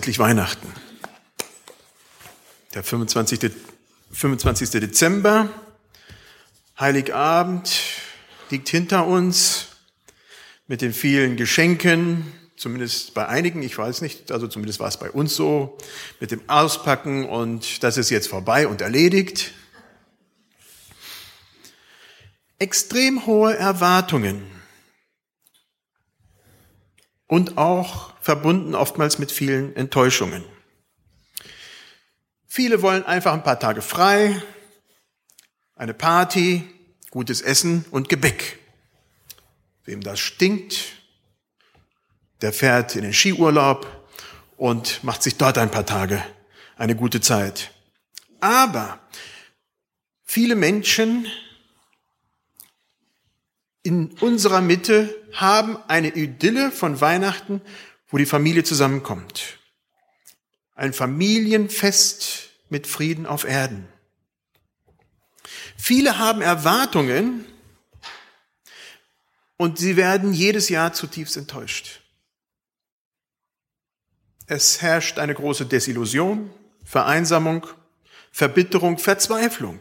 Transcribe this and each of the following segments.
endlich Weihnachten. Der 25. Dezember, Heiligabend, liegt hinter uns mit den vielen Geschenken, zumindest bei einigen, ich weiß nicht, also zumindest war es bei uns so, mit dem Auspacken und das ist jetzt vorbei und erledigt. Extrem hohe Erwartungen und auch verbunden oftmals mit vielen Enttäuschungen. Viele wollen einfach ein paar Tage frei, eine Party, gutes Essen und Gebäck. Wem das stinkt, der fährt in den Skiurlaub und macht sich dort ein paar Tage eine gute Zeit. Aber viele Menschen in unserer Mitte haben eine Idylle von Weihnachten, wo die Familie zusammenkommt. Ein Familienfest mit Frieden auf Erden. Viele haben Erwartungen und sie werden jedes Jahr zutiefst enttäuscht. Es herrscht eine große Desillusion, Vereinsamung, Verbitterung, Verzweiflung.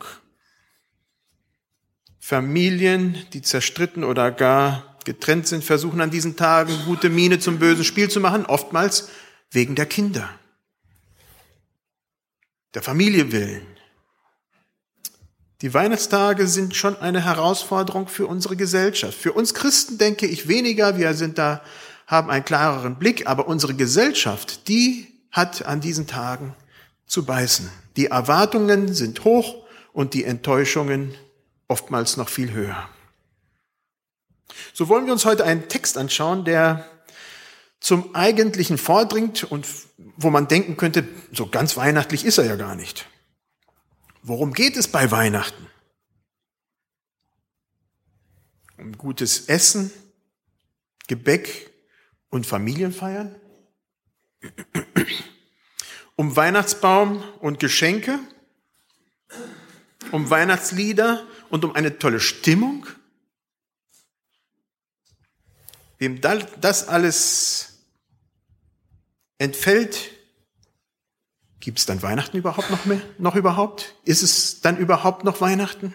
Familien, die zerstritten oder gar getrennt sind, versuchen an diesen Tagen gute Miene zum bösen Spiel zu machen, oftmals wegen der Kinder, der Familie willen. Die Weihnachtstage sind schon eine Herausforderung für unsere Gesellschaft. Für uns Christen denke ich weniger, haben einen klareren Blick, aber unsere Gesellschaft, die hat an diesen Tagen zu beißen. Die Erwartungen sind hoch und die Enttäuschungen oftmals noch viel höher. So wollen wir uns heute einen Text anschauen, der zum Eigentlichen vordringt und wo man denken könnte, so ganz weihnachtlich ist er ja gar nicht. Worum geht es bei Weihnachten? Um gutes Essen, Gebäck und Familienfeiern? Um Weihnachtsbaum und Geschenke? Um Weihnachtslieder und um eine tolle Stimmung? Wem das alles entfällt, gibt es dann Weihnachten überhaupt noch überhaupt? Ist es dann überhaupt noch Weihnachten?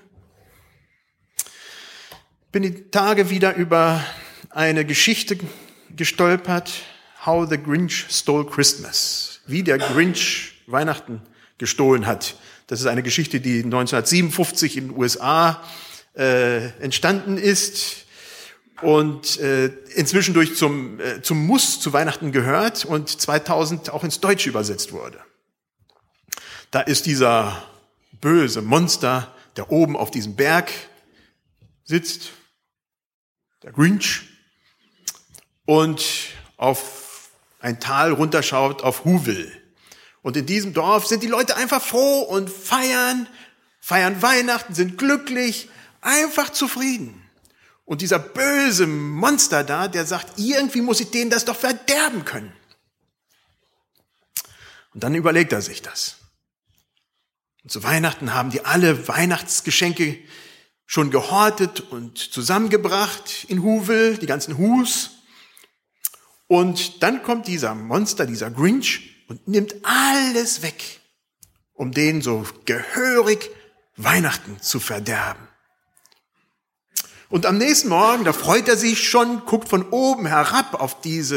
Bin die Tage wieder über eine Geschichte gestolpert, How the Grinch Stole Christmas, wie der Grinch Weihnachten gestohlen hat. Das ist eine Geschichte, die 1957 in den USA entstanden ist und inzwischen zum Muss zu Weihnachten gehört und 2000 auch ins Deutsche übersetzt wurde. Da ist dieser böse Monster, der oben auf diesem Berg sitzt, der Grinch, und auf ein Tal runterschaut auf Whoville. Und in diesem Dorf sind die Leute einfach froh und feiern Weihnachten, sind glücklich, einfach zufrieden. Und dieser böse Monster da, der sagt, irgendwie muss ich denen das doch verderben können. Und dann überlegt er sich das. Und zu Weihnachten haben die alle Weihnachtsgeschenke schon gehortet und zusammengebracht in Whoville, die ganzen Whos. Und dann kommt dieser Monster, dieser Grinch, und nimmt alles weg, um denen so gehörig Weihnachten zu verderben. Und am nächsten Morgen, da freut er sich schon, guckt von oben herab auf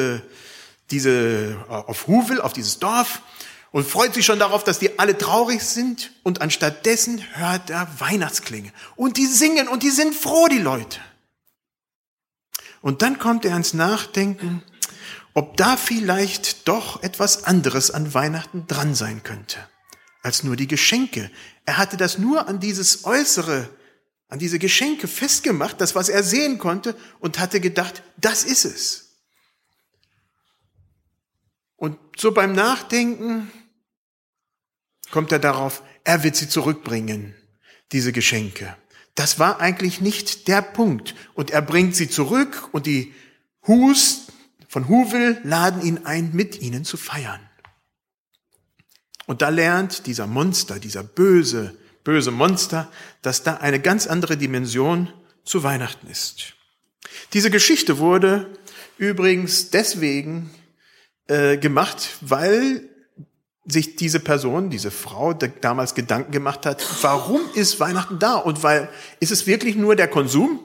auf Whoville, auf dieses Dorf, und freut sich schon darauf, dass die alle traurig sind. Und anstattdessen hört er Weihnachtsklänge. Und die singen und die sind froh, die Leute. Und dann kommt er ins Nachdenken, ob da vielleicht doch etwas anderes an Weihnachten dran sein könnte, als nur die Geschenke. Er hatte das nur an dieses Äußere, an diese Geschenke festgemacht, das, was er sehen konnte, und hatte gedacht, das ist es. Und so beim Nachdenken kommt er darauf, er wird sie zurückbringen, diese Geschenke. Das war eigentlich nicht der Punkt. Und er bringt sie zurück und die Whos von Whoville laden ihn ein, mit ihnen zu feiern. Und da lernt dieser Monster, dieser böse Monster, dass da eine ganz andere Dimension zu Weihnachten ist. Diese Geschichte wurde übrigens deswegen gemacht, weil sich diese Person, diese Frau damals Gedanken gemacht hat, warum ist Weihnachten da? Und ist es wirklich nur der Konsum?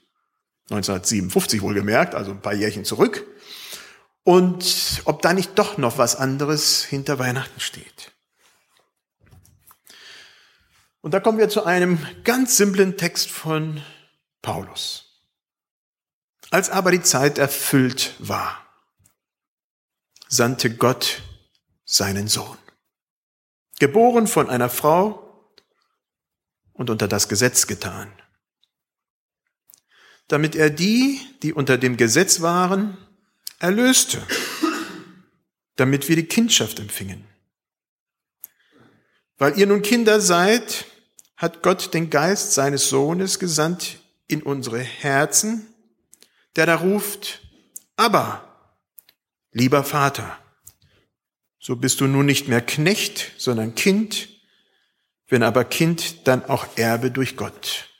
1957 wohlgemerkt, also ein paar Jährchen zurück. Und ob da nicht doch noch was anderes hinter Weihnachten steht. Und da kommen wir zu einem ganz simplen Text von Paulus. Als aber die Zeit erfüllt war, sandte Gott seinen Sohn, geboren von einer Frau und unter das Gesetz getan, damit er die unter dem Gesetz waren, erlöste, damit wir die Kindschaft empfingen. Weil ihr nun Kinder seid, hat Gott den Geist seines Sohnes gesandt in unsere Herzen, der da ruft, Abba, lieber Vater. So bist du nun nicht mehr Knecht, sondern Kind, wenn aber Kind, dann auch Erbe durch Gott.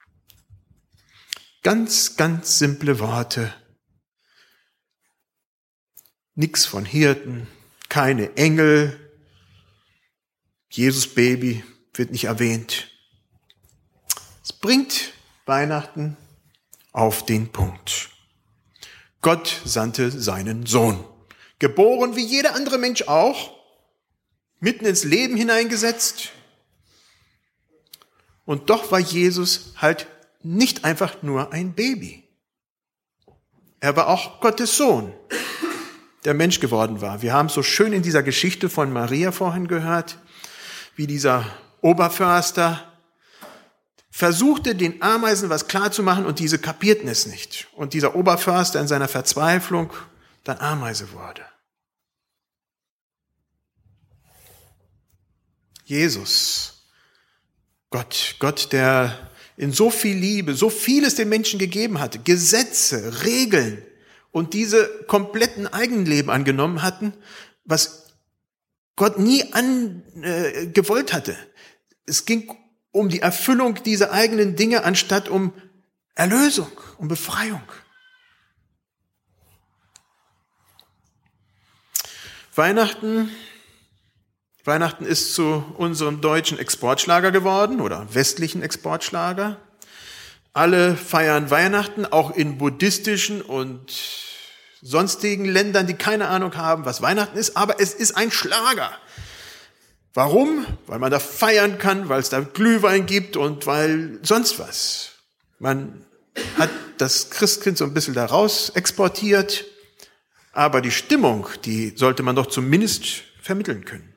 Ganz, ganz simple Worte. Nix von Hirten, keine Engel, Jesus Baby wird nicht erwähnt. Es bringt Weihnachten auf den Punkt. Gott sandte seinen Sohn. Geboren wie jeder andere Mensch auch, mitten ins Leben hineingesetzt. Und doch war Jesus halt nicht einfach nur ein Baby. Er war auch Gottes Sohn, der Mensch geworden war. Wir haben so schön in dieser Geschichte von Maria vorhin gehört, wie dieser Oberförster versuchte, den Ameisen was klarzumachen und diese kapierten es nicht. Und dieser Oberförster in seiner Verzweiflung dann Ameise wurde. Jesus, Gott, der in so viel Liebe, so vieles den Menschen gegeben hatte, Gesetze, Regeln und diese kompletten Eigenleben angenommen hatten, was Gott nie gewollt hatte. Es ging um die Erfüllung dieser eigenen Dinge, anstatt um Erlösung, um Befreiung. Weihnachten ist zu unserem deutschen Exportschlager geworden oder westlichen Exportschlager. Alle feiern Weihnachten, auch in buddhistischen und sonstigen Ländern, die keine Ahnung haben, was Weihnachten ist, aber es ist ein Schlager. Warum? Weil man da feiern kann, weil es da Glühwein gibt und weil sonst was. Man hat das Christkind so ein bisschen da raus exportiert, aber die Stimmung, die sollte man doch zumindest vermitteln können.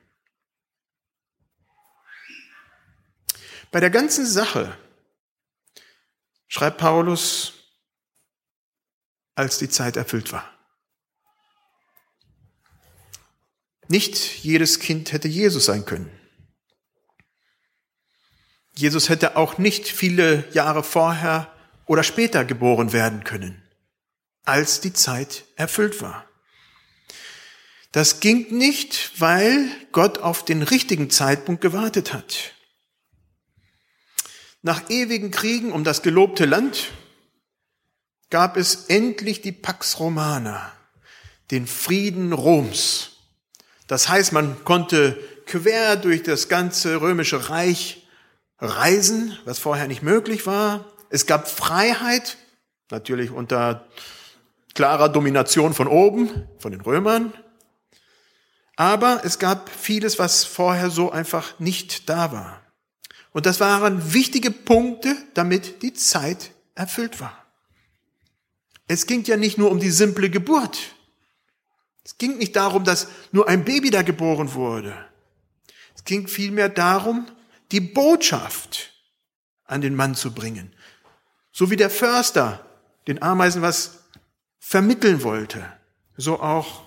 Bei der ganzen Sache schreibt Paulus, als die Zeit erfüllt war. Nicht jedes Kind hätte Jesus sein können. Jesus hätte auch nicht viele Jahre vorher oder später geboren werden können, als die Zeit erfüllt war. Das ging nicht, weil Gott auf den richtigen Zeitpunkt gewartet hat. Nach ewigen Kriegen um das gelobte Land gab es endlich die Pax Romana, den Frieden Roms. Das heißt, man konnte quer durch das ganze römische Reich reisen, was vorher nicht möglich war. Es gab Freiheit, natürlich unter klarer Domination von oben, von den Römern. Aber es gab vieles, was vorher so einfach nicht da war. Und das waren wichtige Punkte, damit die Zeit erfüllt war. Es ging ja nicht nur um die simple Geburt. Es ging nicht darum, dass nur ein Baby da geboren wurde. Es ging vielmehr darum, die Botschaft an den Mann zu bringen. So wie der Förster den Ameisen was vermitteln wollte, so auch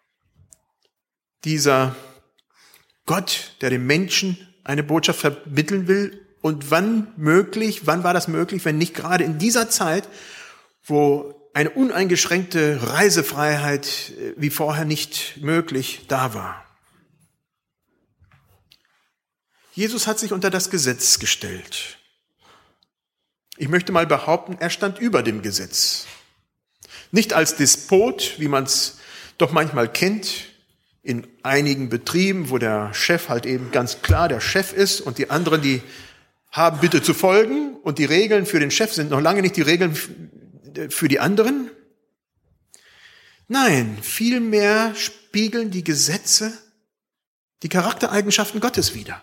dieser Gott, der dem Menschen eine Botschaft vermitteln will. Und wann war das möglich, wenn nicht gerade in dieser Zeit, wo eine uneingeschränkte Reisefreiheit wie vorher nicht möglich da war. Jesus hat sich unter das Gesetz gestellt. Ich möchte mal behaupten, er stand über dem Gesetz. Nicht als Despot, wie man es doch manchmal kennt in einigen Betrieben, wo der Chef halt eben ganz klar der Chef ist und die anderen, die haben bitte zu folgen und die Regeln für den Chef sind noch lange nicht die Regeln für die anderen. Nein, vielmehr spiegeln die Gesetze die Charaktereigenschaften Gottes wider.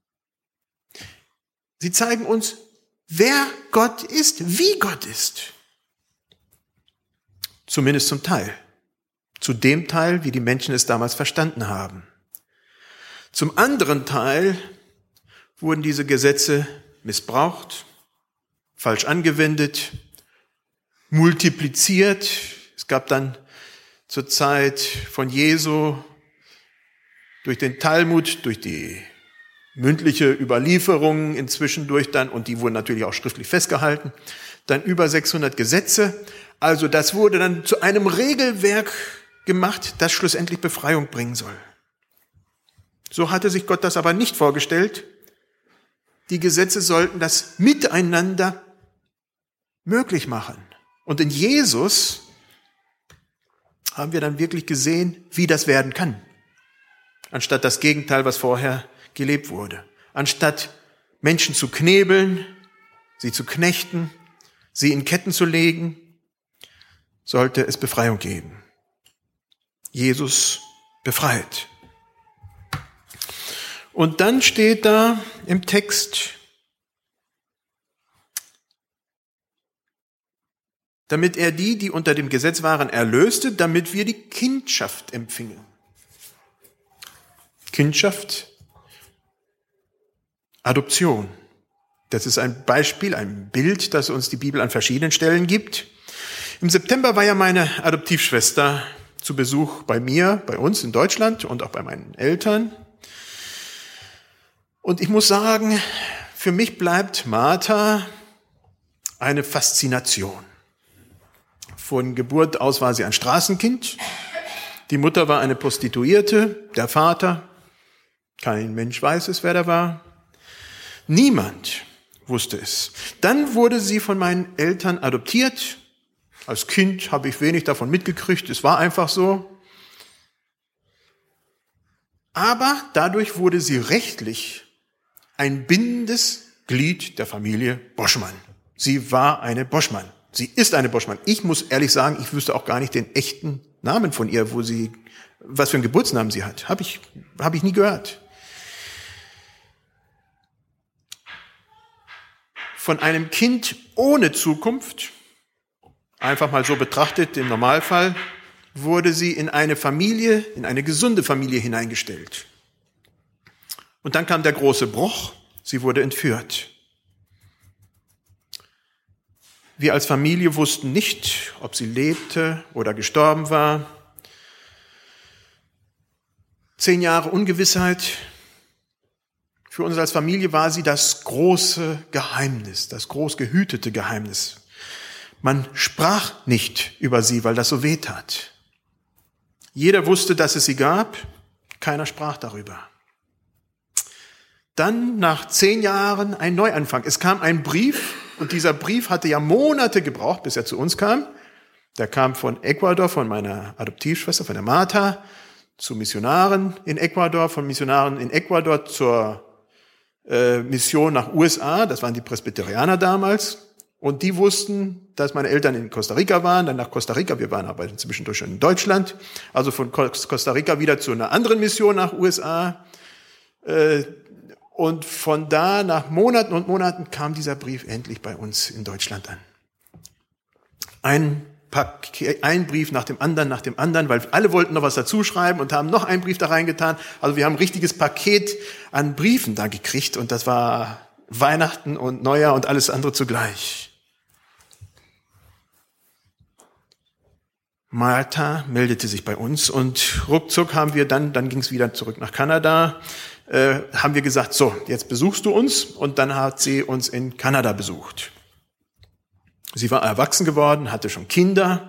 Sie zeigen uns, wer Gott ist, wie Gott ist. Zumindest zum Teil. Zu dem Teil, wie die Menschen es damals verstanden haben. Zum anderen Teil wurden diese Gesetze missbraucht, falsch angewendet, multipliziert. Es gab dann zur Zeit von Jesu durch den Talmud, durch die mündliche Überlieferung inzwischen durch dann, und die wurden natürlich auch schriftlich festgehalten, dann über 600 Gesetze. Also das wurde dann zu einem Regelwerk gemacht, das schlussendlich Befreiung bringen soll. So hatte sich Gott das aber nicht vorgestellt. Die Gesetze sollten das Miteinander möglich machen. Und in Jesus haben wir dann wirklich gesehen, wie das werden kann. Anstatt das Gegenteil, was vorher gelebt wurde. Anstatt Menschen zu knebeln, sie zu knechten, sie in Ketten zu legen, sollte es Befreiung geben. Jesus befreit. Und dann steht da im Text, damit er die unter dem Gesetz waren, erlöste, damit wir die Kindschaft empfingen. Kindschaft, Adoption. Das ist ein Beispiel, ein Bild, das uns die Bibel an verschiedenen Stellen gibt. Im September war ja meine Adoptivschwester zu Besuch bei mir, bei uns in Deutschland und auch bei meinen Eltern. Und ich muss sagen, für mich bleibt Martha eine Faszination. Von Geburt aus war sie ein Straßenkind. Die Mutter war eine Prostituierte, der Vater, kein Mensch weiß es, wer da war. Niemand wusste es. Dann wurde sie von meinen Eltern adoptiert. Als Kind habe ich wenig davon mitgekriegt, es war einfach so. Aber dadurch wurde sie rechtlich ein bindendes Glied der Familie Boschmann. Sie war eine Boschmann. Sie ist eine Boschmann. Ich muss ehrlich sagen, ich wüsste auch gar nicht den echten Namen von ihr, was für einen Geburtsnamen sie hat. Habe ich nie gehört. Von einem Kind ohne Zukunft, einfach mal so betrachtet, im Normalfall, wurde sie in eine Familie, in eine gesunde Familie hineingestellt. Und dann kam der große Bruch, sie wurde entführt. Wir als Familie wussten nicht, ob sie lebte oder gestorben war. 10 Jahre Ungewissheit. Für uns als Familie war sie das große Geheimnis, das groß gehütete Geheimnis. Man sprach nicht über sie, weil das so weh tat. Jeder wusste, dass es sie gab, keiner sprach darüber. Dann nach 10 Jahren ein Neuanfang. Es kam ein Brief und dieser Brief hatte ja Monate gebraucht, bis er zu uns kam. Der kam von Ecuador, von meiner Adoptivschwester, von der Martha, zu Missionaren in Ecuador, von Missionaren in Ecuador zur Mission nach USA. Das waren die Presbyterianer damals. Und die wussten, dass meine Eltern in Costa Rica waren, dann nach Costa Rica, wir waren aber zwischendurch schon in Deutschland, also von Costa Rica wieder zu einer anderen Mission nach USA. Und von da nach Monaten und Monaten kam dieser Brief endlich bei uns in Deutschland an. Ein Brief nach dem anderen, weil alle wollten noch was dazu schreiben und haben noch einen Brief da reingetan. Also wir haben ein richtiges Paket an Briefen da gekriegt und das war Weihnachten und Neujahr und alles andere zugleich. Martha meldete sich bei uns und ruckzuck haben wir dann ging es wieder zurück nach Kanada, haben wir gesagt, so, jetzt besuchst du uns, und dann hat sie uns in Kanada besucht. Sie war erwachsen geworden, hatte schon Kinder.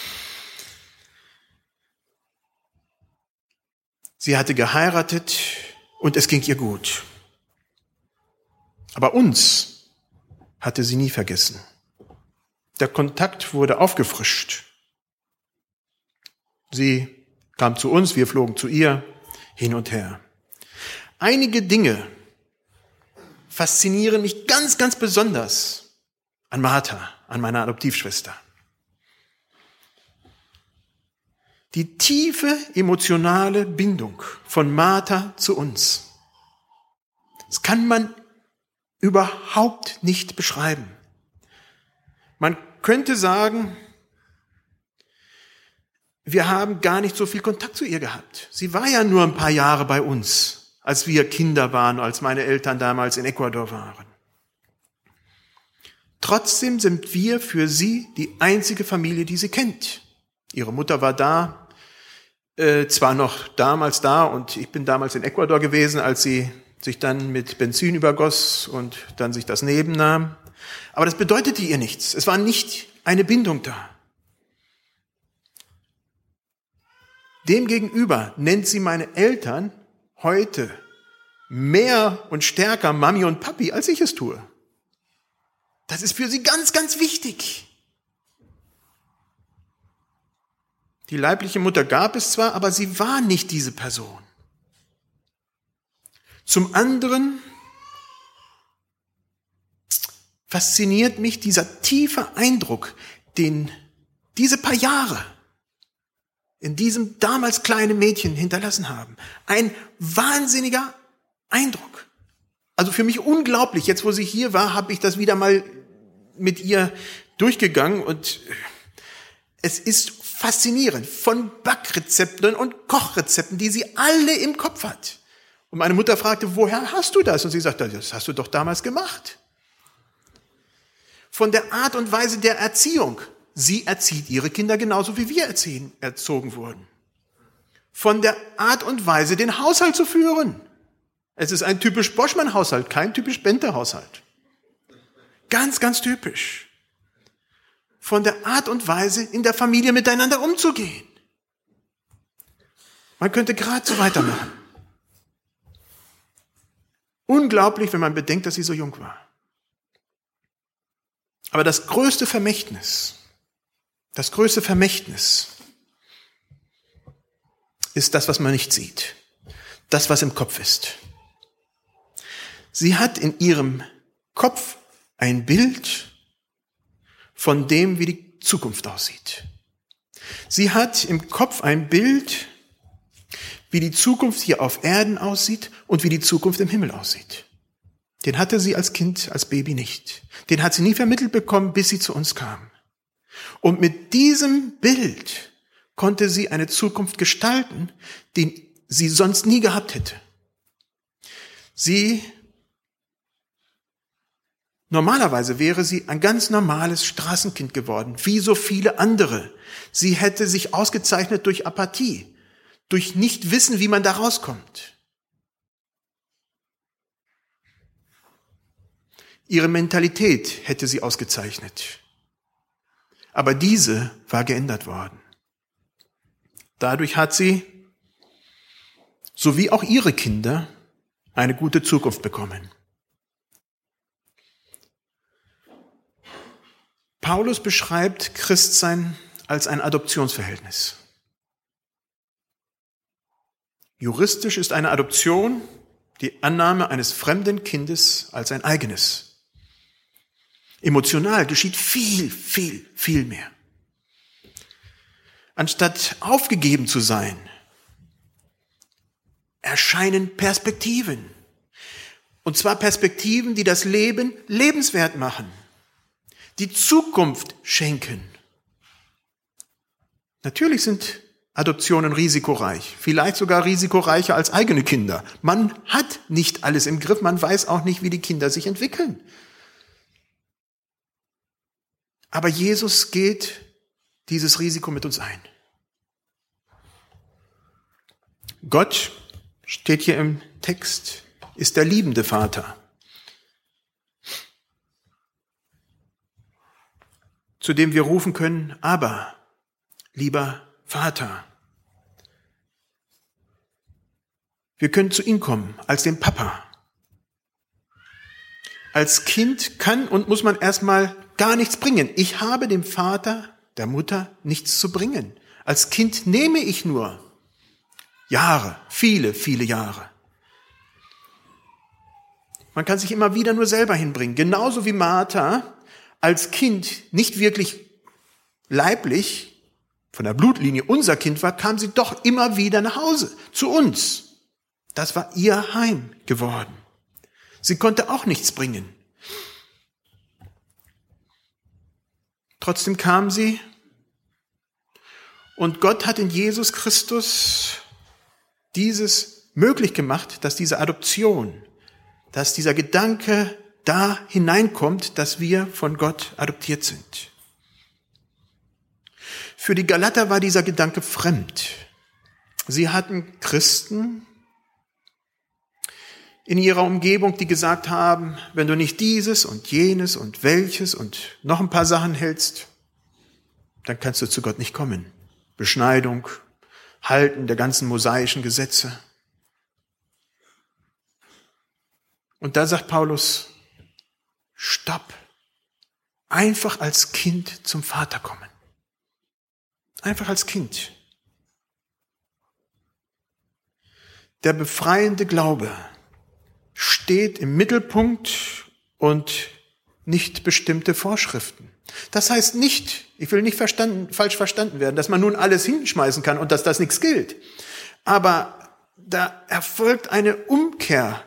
Sie hatte geheiratet und es ging ihr gut. Aber uns hatte sie nie vergessen. Der Kontakt wurde aufgefrischt. Sie kam zu uns, wir flogen zu ihr, hin und her. Einige Dinge faszinieren mich ganz, ganz besonders an Martha, an meiner Adoptivschwester. Die tiefe emotionale Bindung von Martha zu uns. Das kann man überhaupt nicht beschreiben. Man könnte sagen, wir haben gar nicht so viel Kontakt zu ihr gehabt. Sie war ja nur ein paar Jahre bei uns, als wir Kinder waren, als meine Eltern damals in Ecuador waren. Trotzdem sind wir für sie die einzige Familie, die sie kennt. Ihre Mutter war da, zwar noch damals da und ich bin damals in Ecuador gewesen, als sie sich dann mit Benzin übergoss und dann sich das nebennahm. Aber das bedeutete ihr nichts. Es war nicht eine Bindung da. Demgegenüber nennt sie meine Eltern heute mehr und stärker Mami und Papi, als ich es tue. Das ist für sie ganz, ganz wichtig. Die leibliche Mutter gab es zwar, aber sie war nicht diese Person. Zum anderen fasziniert mich dieser tiefe Eindruck, den diese paar Jahre in diesem damals kleinen Mädchen hinterlassen haben. Ein wahnsinniger Eindruck. Also für mich unglaublich. Jetzt, wo sie hier war, habe ich das wieder mal mit ihr durchgegangen und es ist faszinierend von Backrezepten und Kochrezepten, die sie alle im Kopf hat. Und meine Mutter fragte, woher hast du das? Und sie sagte, das hast du doch damals gemacht. Von der Art und Weise der Erziehung. Sie erzieht ihre Kinder genauso, wie wir erzogen wurden. Von der Art und Weise, den Haushalt zu führen. Es ist ein typisch Boschmann-Haushalt, kein typisch Bente-Haushalt. Ganz, ganz typisch. Von der Art und Weise, in der Familie miteinander umzugehen. Man könnte gerade so weitermachen. Unglaublich, wenn man bedenkt, dass sie so jung war. Aber das größte Vermächtnis ist das, was man nicht sieht. Das, was im Kopf ist. Sie hat in ihrem Kopf ein Bild von dem, wie die Zukunft aussieht. Sie hat im Kopf ein Bild, wie die Zukunft hier auf Erden aussieht und wie die Zukunft im Himmel aussieht. Den hatte sie als Kind, als Baby nicht. Den hat sie nie vermittelt bekommen, bis sie zu uns kam. Und mit diesem Bild konnte sie eine Zukunft gestalten, die sie sonst nie gehabt hätte. Normalerweise wäre sie ein ganz normales Straßenkind geworden, wie so viele andere. Sie hätte sich ausgezeichnet durch Apathie, durch Nichtwissen, wie man da rauskommt. Ihre Mentalität hätte sie ausgezeichnet. Aber diese war geändert worden. Dadurch hat sie, so wie auch ihre Kinder, eine gute Zukunft bekommen. Paulus beschreibt Christsein als ein Adoptionsverhältnis. Juristisch ist eine Adoption die Annahme eines fremden Kindes als ein eigenes. Emotional geschieht viel, viel, viel mehr. Anstatt aufgegeben zu sein, erscheinen Perspektiven. Und zwar Perspektiven, die das Leben lebenswert machen, die Zukunft schenken. Natürlich sind Adoptionen risikoreich, vielleicht sogar risikoreicher als eigene Kinder. Man hat nicht alles im Griff, man weiß auch nicht, wie die Kinder sich entwickeln. Aber Jesus geht dieses Risiko mit uns ein. Gott, steht hier im Text, ist der liebende Vater, zu dem wir rufen können, aber, lieber Vater. Wir können zu ihm kommen, als dem Papa. Als Kind kann und muss man erstmal gar nichts bringen. Ich habe dem Vater, der Mutter nichts zu bringen. Als Kind nehme ich nur, Jahre, viele, viele Jahre. Man kann sich immer wieder nur selber hinbringen. Genauso wie Martha als Kind nicht wirklich leiblich von der Blutlinie unser Kind war, kam sie doch immer wieder nach Hause, zu uns. Das war ihr Heim geworden. Sie konnte auch nichts bringen. Trotzdem kam sie und Gott hat in Jesus Christus dieses möglich gemacht, dass diese Adoption, dass dieser Gedanke da hineinkommt, dass wir von Gott adoptiert sind. Für die Galater war dieser Gedanke fremd. Sie hatten Christen in ihrer Umgebung, die gesagt haben, wenn du nicht dieses und jenes und welches und noch ein paar Sachen hältst, dann kannst du zu Gott nicht kommen. Beschneidung, Halten der ganzen mosaischen Gesetze. Und da sagt Paulus, stopp, einfach als Kind zum Vater kommen. Einfach als Kind. Der befreiende Glaube steht im Mittelpunkt und nicht bestimmte Vorschriften. Das heißt nicht, ich will nicht falsch verstanden werden, dass man nun alles hinschmeißen kann und dass das nichts gilt. Aber da erfolgt eine Umkehrsache.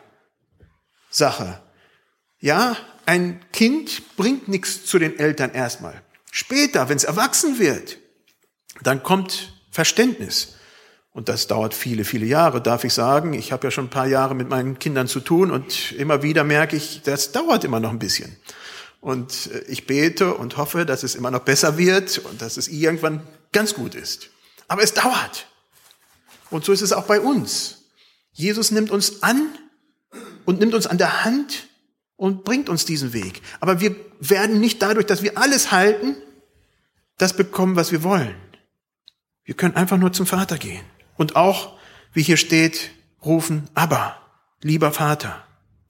Ja, ein Kind bringt nichts zu den Eltern erstmal. Später, wenn es erwachsen wird, dann kommt Verständnis. Und das dauert viele, viele Jahre, darf ich sagen. Ich habe ja schon ein paar Jahre mit meinen Kindern zu tun und immer wieder merke ich, das dauert immer noch ein bisschen. Und ich bete und hoffe, dass es immer noch besser wird und dass es irgendwann ganz gut ist. Aber es dauert. Und so ist es auch bei uns. Jesus nimmt uns an und nimmt uns an der Hand und bringt uns diesen Weg. Aber wir werden nicht dadurch, dass wir alles halten, das bekommen, was wir wollen. Wir können einfach nur zum Vater gehen. Und auch, wie hier steht, rufen, Abba, lieber Vater.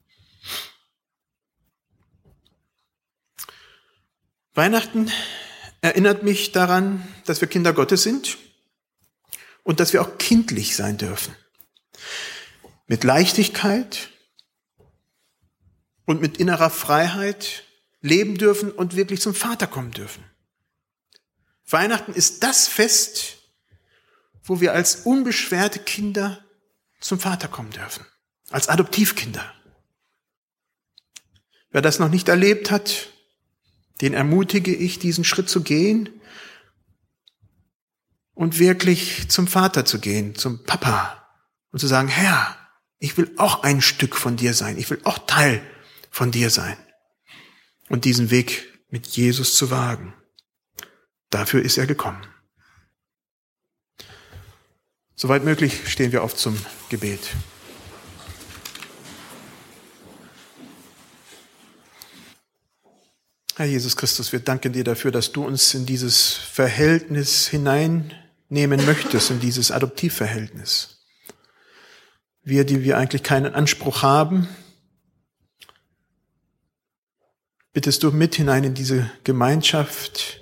Weihnachten erinnert mich daran, dass wir Kinder Gottes sind und dass wir auch kindlich sein dürfen. Mit Leichtigkeit und mit innerer Freiheit leben dürfen und wirklich zum Vater kommen dürfen. Weihnachten ist das Fest, wo wir als unbeschwerte Kinder zum Vater kommen dürfen, als Adoptivkinder. Wer das noch nicht erlebt hat, den ermutige ich, diesen Schritt zu gehen und wirklich zum Vater zu gehen, zum Papa und zu sagen, Herr, ich will auch ein Stück von dir sein, ich will auch Teil von dir sein und diesen Weg mit Jesus zu wagen. Dafür ist er gekommen. Soweit möglich stehen wir auf zum Gebet. Herr Jesus Christus, wir danken dir dafür, dass du uns in dieses Verhältnis hineinnehmen möchtest, in dieses Adoptivverhältnis. Wir, die wir eigentlich keinen Anspruch haben, bittest du mit hinein in diese Gemeinschaft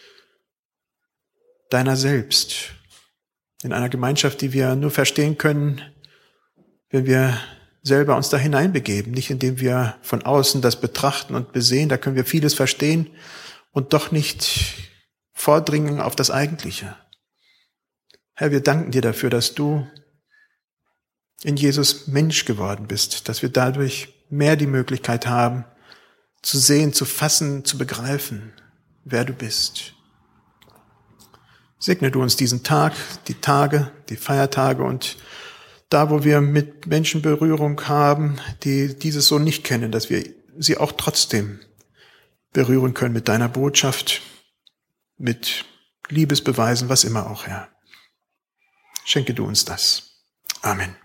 deiner selbst. In einer Gemeinschaft, die wir nur verstehen können, wenn wir selber uns da hineinbegeben, nicht indem wir von außen das betrachten und besehen, da können wir vieles verstehen und doch nicht vordringen auf das Eigentliche. Herr, wir danken dir dafür, dass du in Jesus Mensch geworden bist, dass wir dadurch mehr die Möglichkeit haben, zu sehen, zu fassen, zu begreifen, wer du bist. Segne du uns diesen Tag, die Tage, die Feiertage und da, wo wir mit Menschen Berührung haben, die dieses so nicht kennen, dass wir sie auch trotzdem berühren können mit deiner Botschaft, mit Liebesbeweisen, was immer auch, Herr. Schenke du uns das. Amen.